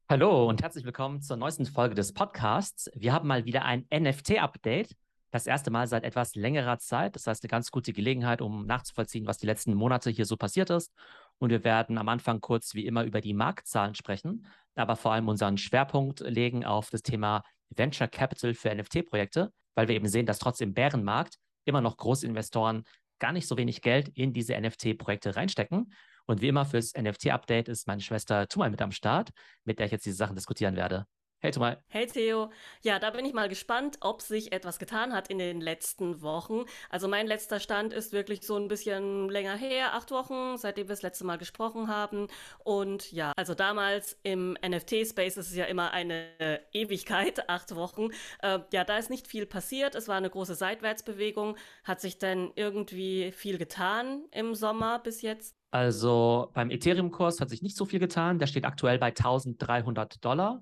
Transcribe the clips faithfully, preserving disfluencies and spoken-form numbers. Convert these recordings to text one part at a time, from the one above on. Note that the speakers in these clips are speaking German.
Hallo und herzlich willkommen zur neuesten Folge des Podcasts. Wir haben mal wieder ein N F T-Update. Das erste Mal seit etwas längerer Zeit. Das heißt, eine ganz gute Gelegenheit, um nachzuvollziehen, was die letzten Monate hier so passiert ist. Und wir werden am Anfang kurz wie immer über die Marktzahlen sprechen, aber vor allem unseren Schwerpunkt legen auf das Thema Venture Capital für N F T-Projekte, weil wir eben sehen, dass trotz im Bärenmarkt immer noch Großinvestoren gar nicht so wenig Geld in diese N F T-Projekte reinstecken. Und wie immer fürs N F T-Update ist meine Schwester Tumal mit am Start, mit der ich jetzt diese Sachen diskutieren werde. Hey Tumal. Hey Theo, ja, da bin ich mal gespannt, ob sich etwas getan hat in den letzten Wochen. Also mein letzter Stand ist wirklich so ein bisschen länger her, acht Wochen, seitdem wir das letzte Mal gesprochen haben. Und ja, also damals im N F T-Space ist es ja immer eine Ewigkeit, acht Wochen. Äh, ja, da ist nicht viel passiert. Es war eine große Seitwärtsbewegung. Hat sich denn irgendwie viel getan im Sommer bis jetzt? Also beim Ethereum-Kurs hat sich nicht so viel getan. Der steht aktuell bei tausenddreihundert Dollar.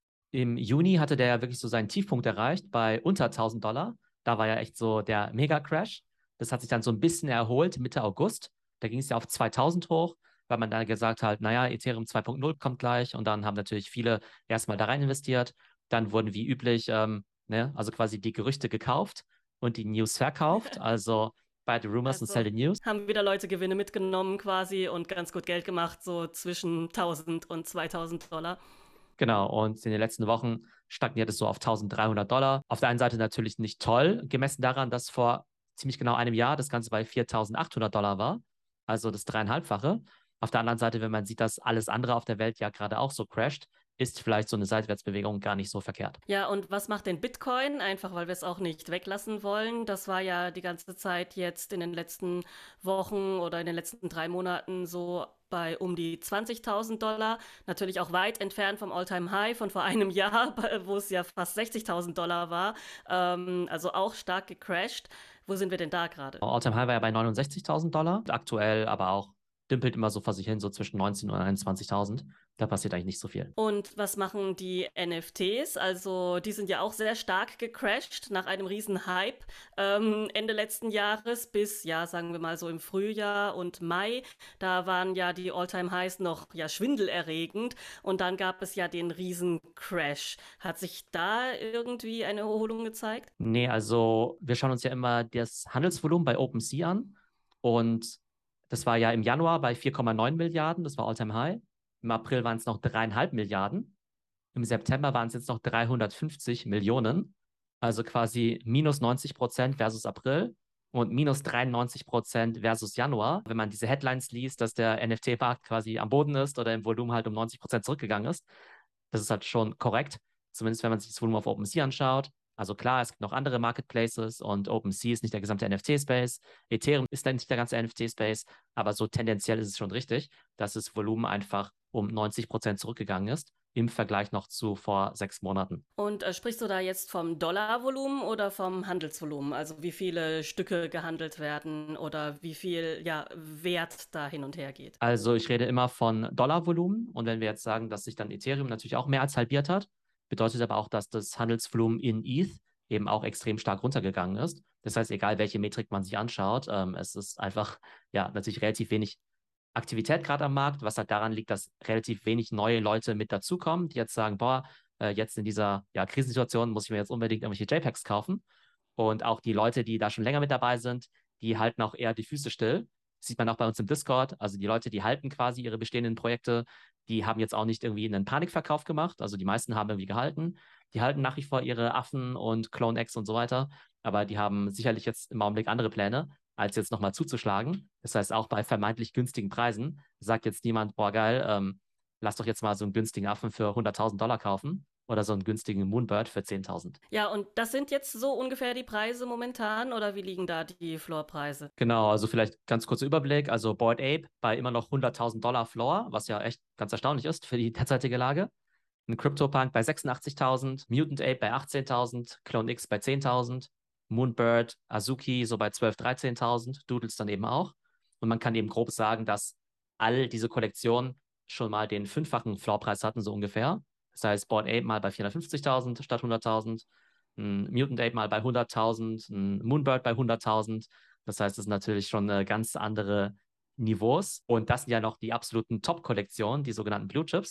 Im Juni hatte der ja wirklich so seinen Tiefpunkt erreicht bei unter tausend Dollar. Da war ja echt so der Mega-Crash. Das hat sich dann so ein bisschen erholt Mitte August. Da ging es ja auf zweitausend hoch, weil man dann gesagt hat, naja, Ethereum zwei Punkt null kommt gleich. Und dann haben natürlich viele erstmal da rein investiert. Dann wurden wie üblich, ähm, ne, also quasi die Gerüchte gekauft und die News verkauft. Also buy the rumors and sell Also the news. haben wieder Leute Gewinne mitgenommen quasi und ganz gut Geld gemacht, so zwischen tausend und zweitausend Dollar. Genau, und in den letzten Wochen stagniert es so auf tausenddreihundert Dollar. Auf der einen Seite natürlich nicht toll, gemessen daran, dass vor ziemlich genau einem Jahr das Ganze bei viertausendachthundert Dollar war, also das dreieinhalbfache. Auf der anderen Seite, wenn man sieht, dass alles andere auf der Welt ja gerade auch so crasht, ist vielleicht so eine Seitwärtsbewegung gar nicht so verkehrt. Ja, und was macht denn Bitcoin? Einfach, weil wir es auch nicht weglassen wollen. Das war ja die ganze Zeit jetzt in den letzten Wochen oder in den letzten drei Monaten so bei um die zwanzigtausend Dollar. Natürlich auch weit entfernt vom All-Time-High von vor einem Jahr, wo es ja fast sechzigtausend Dollar war. Ähm, also auch stark gecrashed. Wo sind wir denn da gerade? All-Time High war ja bei neunundsechzigtausend Dollar, aktuell aber auch dümpelt immer so vor sich hin, so zwischen neunzehntausend und einundzwanzigtausend. Da passiert eigentlich nicht so viel. Und was machen die N F Ts? Also die sind ja auch sehr stark gecrashed nach einem riesen Hype ähm, Ende letzten Jahres bis, ja, sagen wir mal so im Frühjahr und Mai. Da waren ja die All-Time-Highs noch ja schwindelerregend und dann gab es ja den riesen Crash. Hat sich da irgendwie eine Erholung gezeigt? Nee, also wir schauen uns ja immer das Handelsvolumen bei OpenSea an und das war ja im Januar bei vier Komma neun Milliarden, das war All-Time High. Im April waren es noch dreieinhalb Milliarden. Im September waren es jetzt noch dreihundertfünfzig Millionen, also quasi minus neunzig Prozent versus April und minus dreiundneunzig Prozent versus Januar. Wenn man diese Headlines liest, dass der N F T-Markt quasi am Boden ist oder im Volumen halt um neunzig Prozent zurückgegangen ist, das ist halt schon korrekt. Zumindest wenn man sich das Volumen auf OpenSea anschaut. Also klar, es gibt noch andere Marketplaces und OpenSea ist nicht der gesamte N F T-Space. Ethereum ist dann nicht der ganze N F T-Space, aber so tendenziell ist es schon richtig, dass das Volumen einfach um neunzig Prozent zurückgegangen ist im Vergleich noch zu vor sechs Monaten. Und äh, sprichst du da jetzt vom Dollarvolumen oder vom Handelsvolumen? Also wie viele Stücke gehandelt werden oder wie viel ja, Wert da hin und her geht? Also ich rede immer von Dollarvolumen und wenn wir jetzt sagen, dass sich dann Ethereum natürlich auch mehr als halbiert hat, bedeutet aber auch, dass das Handelsvolumen in E T H eben auch extrem stark runtergegangen ist. Das heißt, egal welche Metrik man sich anschaut, ähm, es ist einfach ja natürlich relativ wenig Aktivität gerade am Markt, was halt daran liegt, dass relativ wenig neue Leute mit dazukommen, die jetzt sagen, boah, äh, jetzt in dieser ja, Krisensituation muss ich mir jetzt unbedingt irgendwelche JPEGs kaufen. Und auch die Leute, die da schon länger mit dabei sind, die halten auch eher die Füße still. Das sieht man auch bei uns im Discord. Also die Leute, die halten quasi ihre bestehenden Projekte, die haben jetzt auch nicht irgendwie einen Panikverkauf gemacht. Also die meisten haben irgendwie gehalten. Die halten nach wie vor ihre Affen und CloneX und so weiter. Aber die haben sicherlich jetzt im Augenblick andere Pläne, als jetzt nochmal zuzuschlagen. Das heißt, auch bei vermeintlich günstigen Preisen sagt jetzt niemand, boah, geil, ähm, lass doch jetzt mal so einen günstigen Affen für hunderttausend Dollar kaufen oder so einen günstigen Moonbird für zehntausend. Ja, und das sind jetzt so ungefähr die Preise momentan oder wie liegen da die Floorpreise? Genau, also vielleicht ganz kurzer Überblick. Also Bored Ape bei immer noch hunderttausend Dollar Floor, was ja echt ganz erstaunlich ist für die derzeitige Lage. Ein CryptoPunk bei sechsundachtzigtausend, Mutant Ape bei achtzehntausend, Clone X bei zehntausend, Moonbird, Azuki so bei zwölftausend, dreizehntausend, Doodles dann eben auch. Und man kann eben grob sagen, dass all diese Kollektionen schon mal den fünffachen Floorpreis hatten, so ungefähr. Das heißt, Bored Ape mal bei vierhundertfünfzigtausend statt hunderttausend, ein Mutant Ape mal bei hunderttausend, ein Moonbird bei hunderttausend. Das heißt, es sind natürlich schon äh, ganz andere Niveaus. Und das sind ja noch die absoluten Top-Kollektionen, die sogenannten Blue Chips.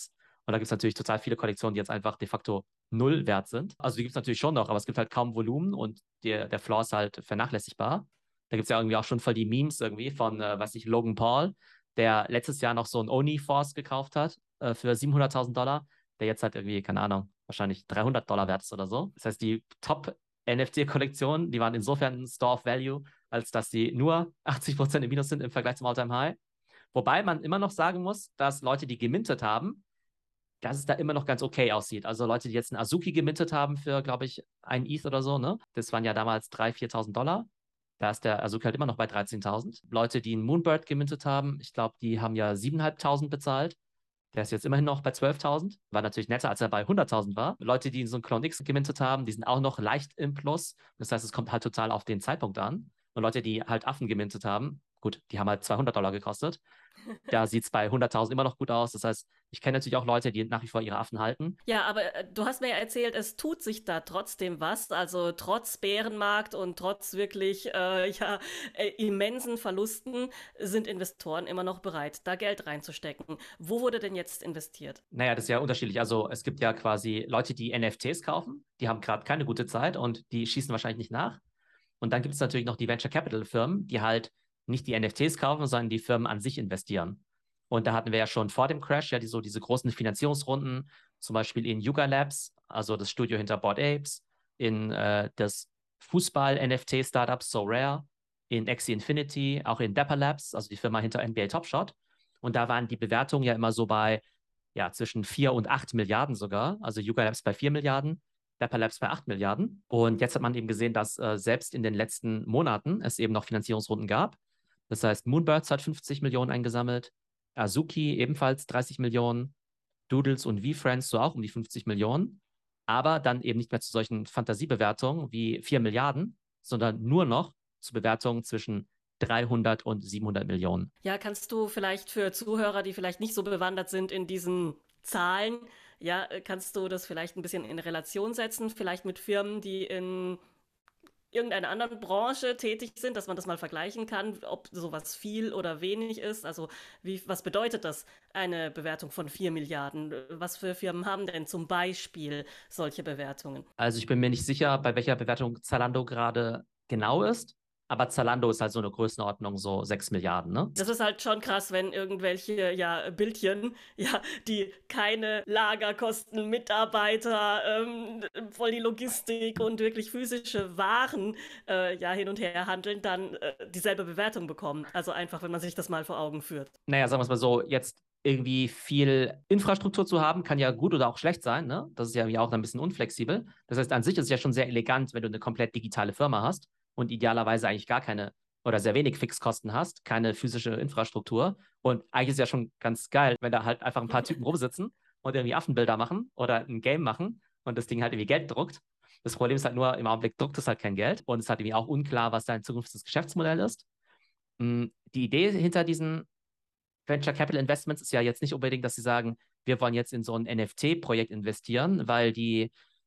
Und da gibt es natürlich total viele Kollektionen, die jetzt einfach de facto null wert sind. Also die gibt es natürlich schon noch, aber es gibt halt kaum Volumen und der, der Floor ist halt vernachlässigbar. Da gibt es ja irgendwie auch schon voll die Memes irgendwie von, äh, weiß ich, Logan Paul, der letztes Jahr noch so ein Oni-Force gekauft hat äh, für siebenhunderttausend Dollar, der jetzt halt irgendwie, keine Ahnung, wahrscheinlich dreihundert Dollar wert ist oder so. Das heißt, die Top-N F T-Kollektionen, die waren insofern ein Store of Value, als dass die nur achtzig Prozent im Minus sind im Vergleich zum All-Time-High. Wobei man immer noch sagen muss, dass Leute, die gemintet haben, dass es da immer noch ganz okay aussieht. Also Leute, die jetzt einen Azuki gemintet haben für, glaube ich, ein E T H oder so, ne? Das waren ja damals dreitausend, viertausend Dollar. Da ist der Azuki halt immer noch bei dreizehntausend. Leute, die einen Moonbird gemintet haben, ich glaube, die haben ja siebentausendfünfhundert bezahlt. Der ist jetzt immerhin noch bei zwölftausend. War natürlich netter, als er bei hunderttausend war. Leute, die so einen Clone X gemintet haben, die sind auch noch leicht im Plus. Das heißt, es kommt halt total auf den Zeitpunkt an. Und Leute, die halt Affen gemintet haben, gut, die haben halt zweihundert Dollar gekostet. Da sieht es bei hunderttausend immer noch gut aus. Das heißt, ich kenne natürlich auch Leute, die nach wie vor ihre Affen halten. Ja, aber äh, du hast mir ja erzählt, es tut sich da trotzdem was. Also trotz Bärenmarkt und trotz wirklich äh, ja, äh, immensen Verlusten sind Investoren immer noch bereit, da Geld reinzustecken. Wo wurde denn jetzt investiert? Naja, das ist ja unterschiedlich. Also es gibt ja quasi Leute, die N F Ts kaufen. Die haben gerade keine gute Zeit und die schießen wahrscheinlich nicht nach. Und dann gibt es natürlich noch die Venture Capital Firmen, die halt nicht die N F Ts kaufen, sondern die Firmen an sich investieren. Und da hatten wir ja schon vor dem Crash ja die, so diese großen Finanzierungsrunden, zum Beispiel in Yuga Labs, also das Studio hinter Bored Apes, in äh, das Fußball-N F T-Startup SoRare, in Axie Infinity, auch in Dapper Labs, also die Firma hinter N B A Top Shot. Und da waren die Bewertungen ja immer so bei ja, zwischen vier und acht Milliarden sogar. Also Yuga Labs bei vier Milliarden, Dapper Labs bei acht Milliarden. Und jetzt hat man eben gesehen, dass äh, selbst in den letzten Monaten es eben noch Finanzierungsrunden gab. Das heißt, Moonbirds hat fünfzig Millionen eingesammelt, Azuki ebenfalls dreißig Millionen, Doodles und V-Friends so auch um die fünfzig Millionen. Aber dann eben nicht mehr zu solchen Fantasiebewertungen wie vier Milliarden, sondern nur noch zu Bewertungen zwischen dreihundert und siebenhundert Millionen. Ja, kannst du vielleicht für Zuhörer, die vielleicht nicht so bewandert sind in diesen Zahlen, ja, äh, kannst du das vielleicht ein bisschen in Relation setzen, vielleicht mit Firmen, die in irgendeiner anderen Branche tätig sind, dass man das mal vergleichen kann, ob sowas viel oder wenig ist. Also wie, was bedeutet das, eine Bewertung von vier Milliarden? Was für Firmen haben denn zum Beispiel solche Bewertungen? Also ich bin mir nicht sicher, bei welcher Bewertung Zalando gerade genau ist, aber Zalando ist halt so eine Größenordnung, so sechs Milliarden, ne? Das ist halt schon krass, wenn irgendwelche ja, Bildchen, ja, die keine Lagerkosten, Mitarbeiter, ähm, voll die Logistik und wirklich physische Waren äh, ja, hin und her handeln, dann äh, dieselbe Bewertung bekommen. Also einfach, wenn man sich das mal vor Augen führt. Naja, sagen wir es mal so, jetzt irgendwie viel Infrastruktur zu haben, kann ja gut oder auch schlecht sein, ne? Das ist ja irgendwie auch ein bisschen unflexibel. Das heißt, an sich ist es ja schon sehr elegant, wenn du eine komplett digitale Firma hast und idealerweise eigentlich gar keine oder sehr wenig Fixkosten hast, keine physische Infrastruktur. Und eigentlich ist es ja schon ganz geil, wenn da halt einfach ein paar Typen rumsitzen und irgendwie Affenbilder machen oder ein Game machen und das Ding halt irgendwie Geld druckt. Das Problem ist halt nur, im Augenblick druckt es halt kein Geld und es ist halt irgendwie auch unklar, was dein zukünftiges Geschäftsmodell ist. Die Idee hinter diesen Venture Capital Investments ist ja jetzt nicht unbedingt, dass sie sagen, wir wollen jetzt in so ein N F T-Projekt investieren, weil die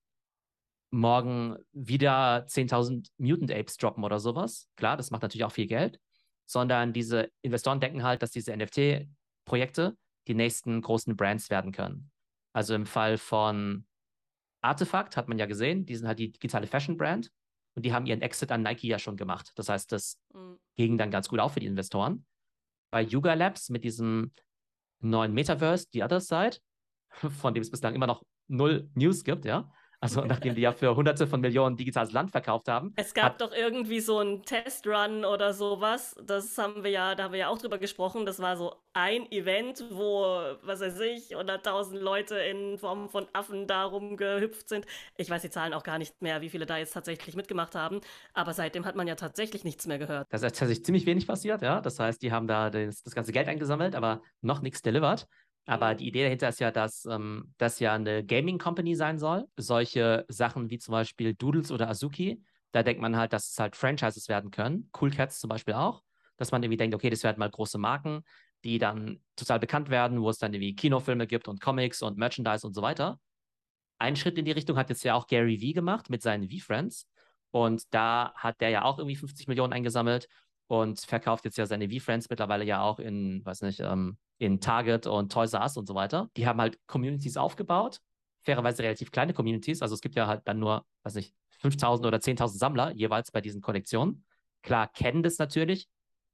morgen wieder zehntausend Mutant Apes droppen oder sowas. Klar, das macht natürlich auch viel Geld, sondern diese Investoren denken halt, dass diese N F T-Projekte die nächsten großen Brands werden können. Also im Fall von Artefakt hat man ja gesehen, die sind halt die digitale Fashion-Brand und die haben ihren Exit an Nike ja schon gemacht. Das heißt, das Mhm. ging dann ganz gut auf für die Investoren. Bei Yuga Labs mit diesem neuen Metaverse, The Other Side, von dem es bislang immer noch null News gibt, ja. Also nachdem die ja für hunderte von Millionen digitales Land verkauft haben, Es gab hat doch irgendwie so einen Testrun oder sowas. Das haben wir ja, da haben wir ja auch drüber gesprochen. Das war so ein Event, wo, was weiß ich, hunderttausend Leute in Form von Affen da rumgehüpft sind. Ich weiß die Zahlen auch gar nicht mehr, wie viele da jetzt tatsächlich mitgemacht haben. Aber seitdem hat man ja tatsächlich nichts mehr gehört. da ist tatsächlich ziemlich wenig passiert, ja. Das heißt, die haben da das, das ganze Geld eingesammelt, aber noch nichts delivered. Aber Mhm. die Idee dahinter ist ja, dass ähm, das ja eine Gaming Company sein soll. Solche Sachen wie zum Beispiel Doodles oder Azuki, da denkt man halt, dass es halt Franchises werden können. Cool Cats zum Beispiel auch. Dass man irgendwie denkt, okay, das werden mal große Marken, die dann total bekannt werden, wo es dann irgendwie Kinofilme gibt und Comics und Merchandise und so weiter. Ein Schritt in die Richtung hat jetzt ja auch Gary Vee gemacht mit seinen V-Friends. Und da hat der ja auch irgendwie fünfzig Millionen eingesammelt. und verkauft jetzt ja seine V-Friends mittlerweile ja auch in, weiß nicht, ähm, in Target und Toys R Us und so weiter. Die haben halt Communities aufgebaut, fairerweise relativ kleine Communities. Also es gibt ja halt dann nur, weiß nicht, fünftausend oder zehntausend Sammler jeweils bei diesen Kollektionen. Klar kennen das natürlich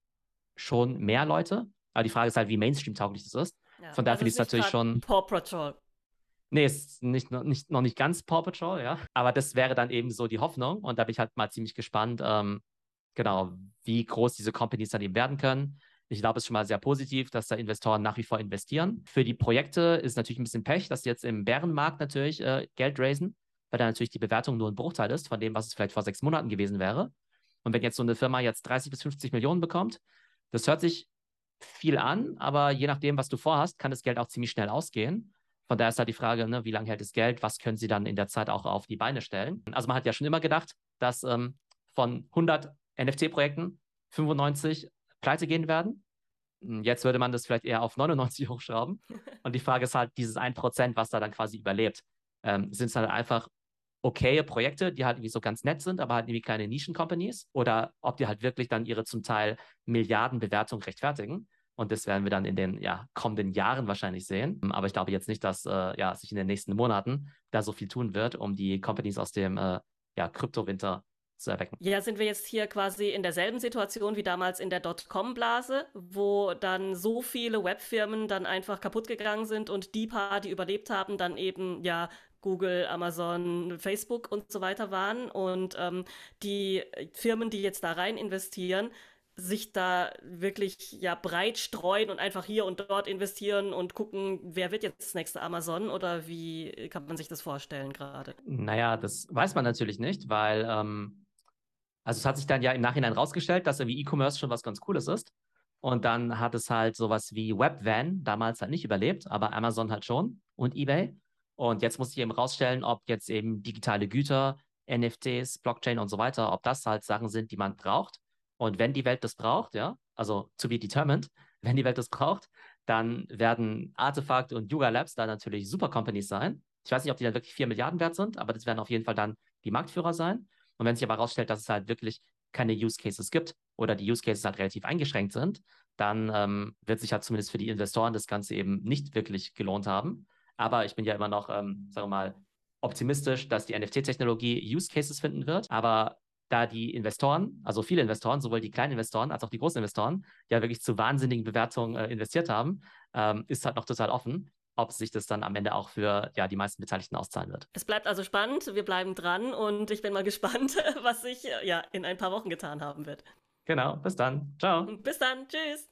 schon mehr Leute, aber die Frage ist halt, wie Mainstream-tauglich das ist. Ja, Von daher also finde es ich es ist nicht natürlich gerade schon. Paw Patrol. Nee, ist nicht, noch, nicht, noch nicht ganz Paw Patrol, ja. Aber das wäre dann eben so die Hoffnung. Und da bin ich halt mal ziemlich gespannt, ähm, genau, wie groß diese Companies dann eben werden können. Ich glaube, es ist schon mal sehr positiv, dass da Investoren nach wie vor investieren. Für die Projekte ist natürlich ein bisschen Pech, dass sie jetzt im Bärenmarkt natürlich äh, Geld raisen, weil da natürlich die Bewertung nur ein Bruchteil ist von dem, was es vielleicht vor sechs Monaten gewesen wäre. Und wenn jetzt so eine Firma jetzt dreißig bis fünfzig Millionen bekommt, das hört sich viel an, aber je nachdem, was du vorhast, kann das Geld auch ziemlich schnell ausgehen. Von daher ist halt die Frage, ne, wie lange hält das Geld, was können sie dann in der Zeit auch auf die Beine stellen. Also man hat ja schon immer gedacht, dass ähm, von hundert N F T-Projekten fünfundneunzig pleite gehen werden. Jetzt würde man das vielleicht eher auf neunundneunzig hochschrauben. Und die Frage ist halt, dieses ein Prozent, was da dann quasi überlebt, ähm, sind es halt einfach okaye Projekte, die halt irgendwie so ganz nett sind, aber halt irgendwie kleine Nischen-Companies, oder ob die halt wirklich dann ihre zum Teil Milliardenbewertung rechtfertigen. Und das werden wir dann in den ja, kommenden Jahren wahrscheinlich sehen. Aber ich glaube jetzt nicht, dass äh, ja, sich in den nächsten Monaten da so viel tun wird, um die Companies aus dem äh, ja, Kryptowinter zu erwecken. Ja, sind wir jetzt hier quasi in derselben Situation wie damals in der Dotcom-Blase, wo dann so viele Webfirmen dann einfach kaputt gegangen sind und die paar, die überlebt haben, dann eben ja Google, Amazon, Facebook und so weiter waren und ähm, die Firmen, die jetzt da rein investieren, sich da wirklich ja breit streuen und einfach hier und dort investieren und gucken, wer wird jetzt das nächste Amazon oder wie kann man sich das vorstellen gerade? Naja, das weiß man natürlich nicht, weil ähm, also es hat sich dann ja im Nachhinein rausgestellt, dass irgendwie E-Commerce schon was ganz Cooles ist. Und dann hat es halt sowas wie Webvan damals halt nicht überlebt, aber Amazon halt schon und eBay. Und jetzt muss ich eben rausstellen, ob jetzt eben digitale Güter, N F Ts, Blockchain und so weiter, ob das halt Sachen sind, die man braucht. Und wenn die Welt das braucht, ja, also to be determined, wenn die Welt das braucht, dann werden Artefakt und Yuga Labs da natürlich super Companies sein. Ich weiß nicht, ob die dann wirklich vier Milliarden wert sind, aber das werden auf jeden Fall dann die Marktführer sein. Und wenn sich aber herausstellt, dass es halt wirklich keine Use Cases gibt oder die Use Cases halt relativ eingeschränkt sind, dann ähm, wird sich halt zumindest für die Investoren das Ganze eben nicht wirklich gelohnt haben. Aber ich bin ja immer noch, ähm, sagen wir mal, optimistisch, dass die N F T-Technologie Use Cases finden wird. Aber da die Investoren, also viele Investoren, sowohl die kleinen Investoren als auch die großen Investoren, ja wirklich zu wahnsinnigen Bewertungen äh, investiert haben, ähm, ist halt noch total offen, ob sich das dann am Ende auch für ja, die meisten Beteiligten auszahlen wird. Es bleibt also spannend, wir bleiben dran und ich bin mal gespannt, was sich ja in ein paar Wochen getan haben wird. Genau, bis dann. Ciao. Bis dann, tschüss.